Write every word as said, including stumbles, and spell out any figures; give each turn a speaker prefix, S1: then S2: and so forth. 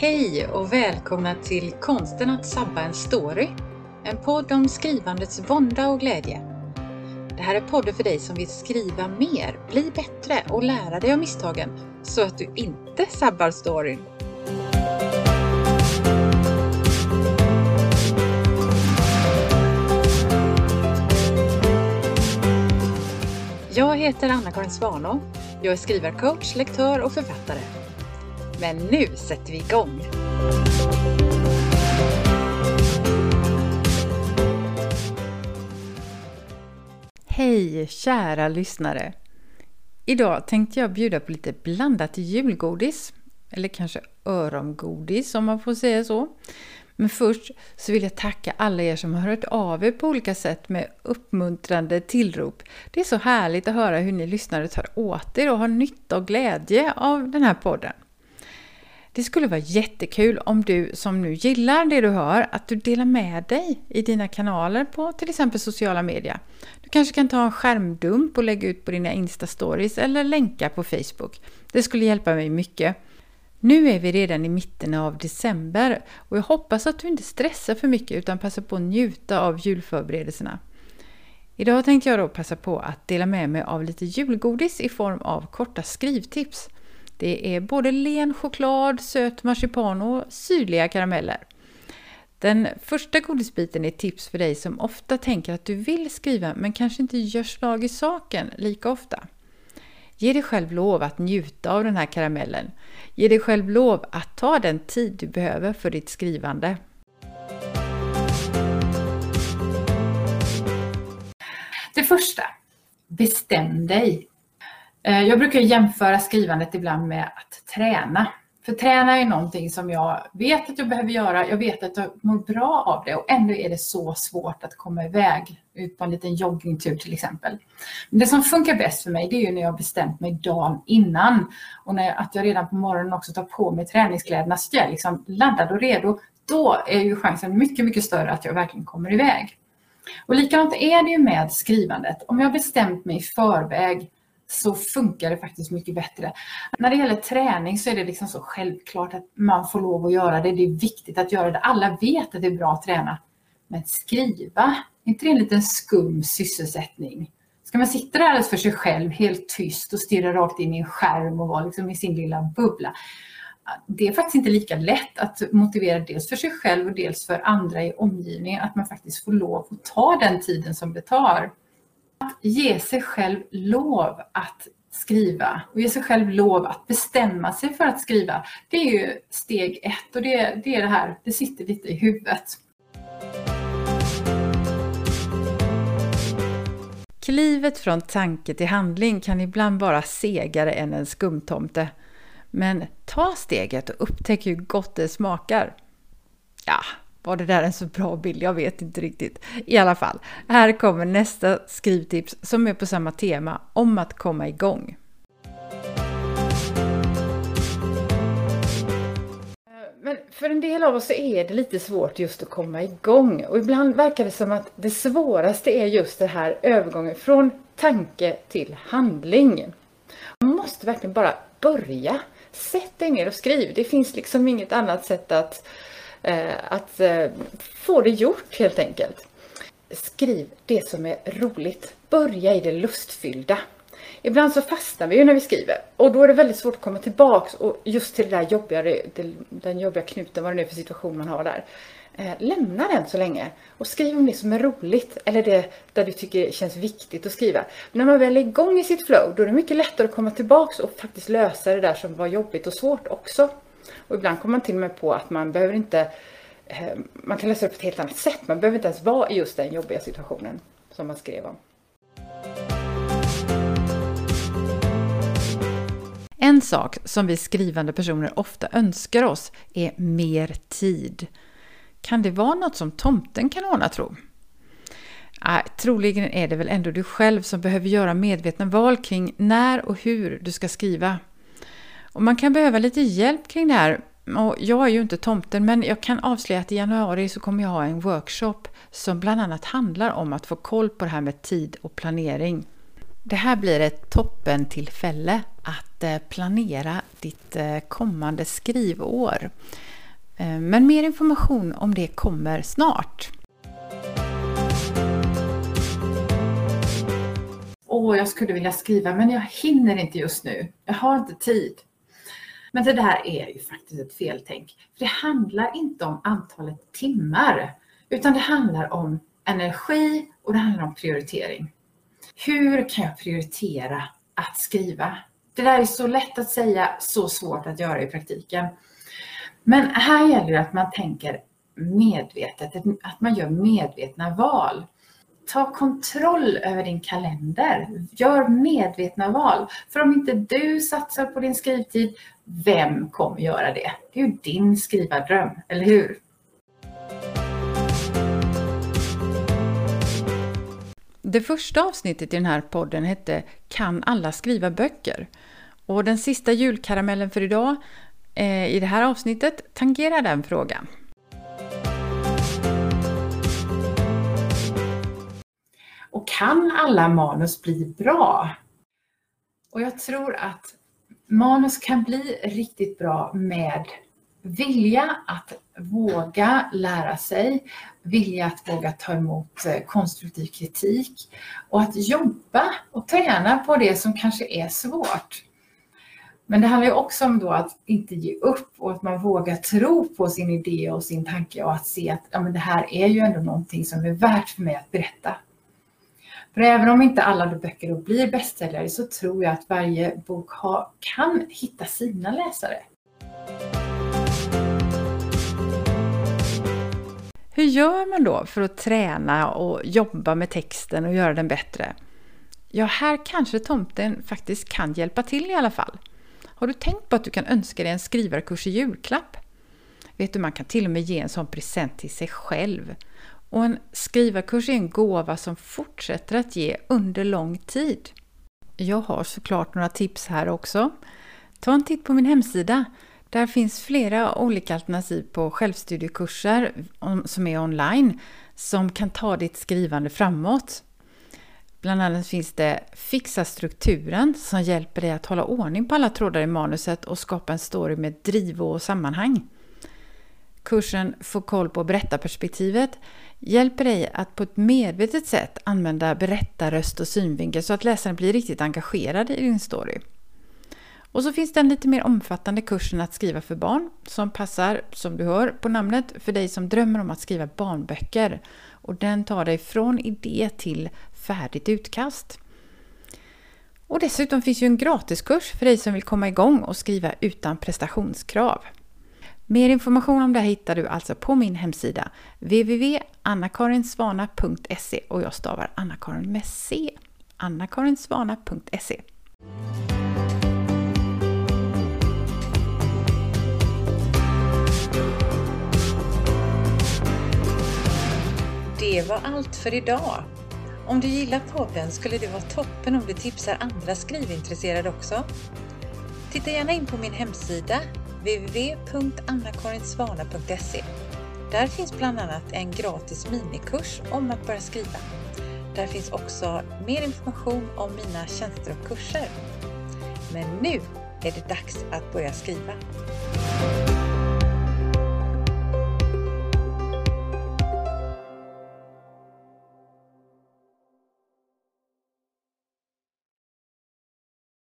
S1: Hej och välkomna till Konsten att sabba en story. En podd om skrivandets vånda och glädje. Det här är podden för dig som vill skriva mer, bli bättre och lära dig av misstagen så att du inte sabbar storyn. Jag heter Anna-Karin Svanå. Jag är skrivarcoach, lektör och författare. Men nu sätter vi igång! Hej kära lyssnare! Idag tänkte jag bjuda på lite blandat julgodis. Eller kanske örongodis om man får säga så. Men först så vill jag tacka alla er som har hört av er på olika sätt med uppmuntrande tillrop. Det är så härligt att höra hur ni lyssnare tar åt er och har nytta och glädje av den här podden. Det skulle vara jättekul om du som nu gillar det du hör att du delar med dig i dina kanaler på till exempel sociala medier. Du kanske kan ta en skärmdump och lägga ut på dina Insta-stories eller länka på Facebook. Det skulle hjälpa mig mycket. Nu är vi redan i mitten av december och jag hoppas att du inte stressar för mycket utan passar på att njuta av julförberedelserna. Idag tänkte jag då passa på att dela med mig av lite julgodis i form av korta skrivtips. Det är både len choklad, söt marsipan och syrliga karameller. Den första godisbiten är tips för dig som ofta tänker att du vill skriva men kanske inte gör slag i saken lika ofta. Ge dig själv lov att njuta av den här karamellen. Ge dig själv lov att ta den tid du behöver för ditt skrivande.
S2: Det första, bestäm dig. Jag brukar jämföra skrivandet ibland med att träna. För träna är någonting som jag vet att jag behöver göra. Jag vet att jag mår bra av det. Och ändå är det så svårt att komma iväg ut på en liten joggingtur till exempel. Men det som funkar bäst för mig det är ju när jag har bestämt mig dagen innan. Och när jag, att jag redan på morgonen också tar på mig träningskläderna så jag är liksom laddad och redo. Då är ju chansen mycket, mycket större att jag verkligen kommer iväg. Och likadant är det ju med skrivandet. Om jag har bestämt mig i förväg så funkar det faktiskt mycket bättre. När det gäller träning så är det liksom så självklart att man får lov att göra det. Det är viktigt att göra det. Alla vet att det är bra att träna. Men skriva, inte det en liten skum sysselsättning? Ska man sitta där alldeles för sig själv helt tyst och stirra rakt in i en skärm och vara liksom i sin lilla bubbla? Det är faktiskt inte lika lätt att motivera dels för sig själv och dels för andra i omgivningen att man faktiskt får lov att ta den tiden som det tar. Att ge sig själv lov att skriva och ge sig själv lov att bestämma sig för att skriva. Det är ju steg ett och det, det är det här, det sitter lite i huvudet.
S1: Klivet från tanke till handling kan ibland vara segare än en skumtomte. Men ta steget och upptäck hur gott det smakar. Ja, var det där en så bra bild? Jag vet inte riktigt. I alla fall, här kommer nästa skrivtips som är på samma tema om att komma igång. Men för en del av oss så är det lite svårt just att komma igång. Och ibland verkar det som att det svåraste är just det här övergången från tanke till handling. Man måste verkligen bara börja. Sätt dig ner och skriv. Det finns liksom inget annat sätt att Att eh, få det gjort helt enkelt. Skriv det som är roligt. Börja i det lustfyllda. Ibland så fastnar vi ju när vi skriver. Och då är det väldigt svårt att komma tillbaks. Och just till det där jobbiga, det, den jobbiga knuten, vad det nu är för situation man har där. Eh, lämna den så länge. Och skriv om det som är roligt. Eller det där du tycker känns viktigt att skriva. Men när man väl är igång i sitt flow. Då är det mycket lättare att komma tillbaks och faktiskt lösa det där som var jobbigt och svårt också. Och ibland kommer man till och med på att man behöver inte, man kan lösa det på ett helt annat sätt. Man behöver inte ens vara i just den jobbiga situationen som man skrev om. En sak som vi skrivande personer ofta önskar oss är mer tid. Kan det vara något som tomten kan ordna, tro? Nej, troligen är det väl ändå du själv som behöver göra medvetna val kring när och hur du ska skriva. Och man kan behöva lite hjälp kring det här. Och jag är ju inte tomten, men jag kan avslöja att i januari så kommer jag ha en workshop som bland annat handlar om att få koll på det här med tid och planering. Det här blir ett toppen tillfälle att planera ditt kommande skrivår. Men mer information om det kommer snart.
S2: Åh, jag skulle vilja skriva men jag hinner inte just nu. Jag har inte tid. Men det där är ju faktiskt ett feltänk. Det handlar inte om antalet timmar. Utan det handlar om energi och det handlar om prioritering. Hur kan jag prioritera att skriva? Det där är så lätt att säga, så svårt att göra i praktiken. Men här gäller det att man tänker medvetet, att man gör medvetna val. Ta kontroll över din kalender. Gör medvetna val. För om inte du satsar på din skrivtid, vem kommer göra det? Det är ju din skrivardröm, eller hur?
S1: Det första avsnittet i den här podden hette Kan alla skriva böcker? Och den sista julkaramellen för idag eh, i det här avsnittet tangerar den frågan.
S2: Och kan alla manus bli bra? Och jag tror att manus kan bli riktigt bra med vilja att våga lära sig, vilja att våga ta emot konstruktiv kritik och att jobba och träna på det som kanske är svårt. Men det handlar ju också om då att inte ge upp och att man vågar tro på sin idé och sin tanke och att se att ja, men det här är ju ändå någonting som är värt för mig att berätta. För även om inte alla böcker blir bästsäljare så tror jag att varje bok har, kan hitta sina läsare.
S1: Hur gör man då för att träna och jobba med texten och göra den bättre? Ja, här kanske tomten faktiskt kan hjälpa till i alla fall. Har du tänkt på att du kan önska dig en skrivarkurs i julklapp? Vet du, man kan till och med ge en sån present till sig själv. Och en skrivarkurs är en gåva som fortsätter att ge under lång tid. Jag har såklart några tips här också. Ta en titt på min hemsida. Där finns flera olika alternativ på självstudiekurser som är online som kan ta ditt skrivande framåt. Bland annat finns det Fixa strukturen som hjälper dig att hålla ordning på alla trådar i manuset och skapa en story med driv och sammanhang. Kursen Få koll på berättarperspektivet hjälper dig att på ett medvetet sätt använda berättarröst och synvinkel så att läsaren blir riktigt engagerad i din story. Och så finns det en lite mer omfattande kursen att skriva för barn som passar, som du hör på namnet, för dig som drömmer om att skriva barnböcker. Och den tar dig från idé till färdigt utkast. Och dessutom finns ju en gratiskurs för dig som vill komma igång och skriva utan prestationskrav. Mer information om det här hittar du alltså på min hemsida w w w punkt anna karin svana punkt se och jag stavar Anna-Karin med C. anna karin svana punkt se.
S3: Det var allt för idag. Om du gillar podden skulle det vara toppen om du tipsar andra skrivintresserade också. Titta gärna in på min hemsida w w w punkt anna karin svana punkt se. Där finns bland annat en gratis minikurs om att börja skriva. Där finns också mer information om mina tjänster och kurser. Men nu är det dags att börja skriva.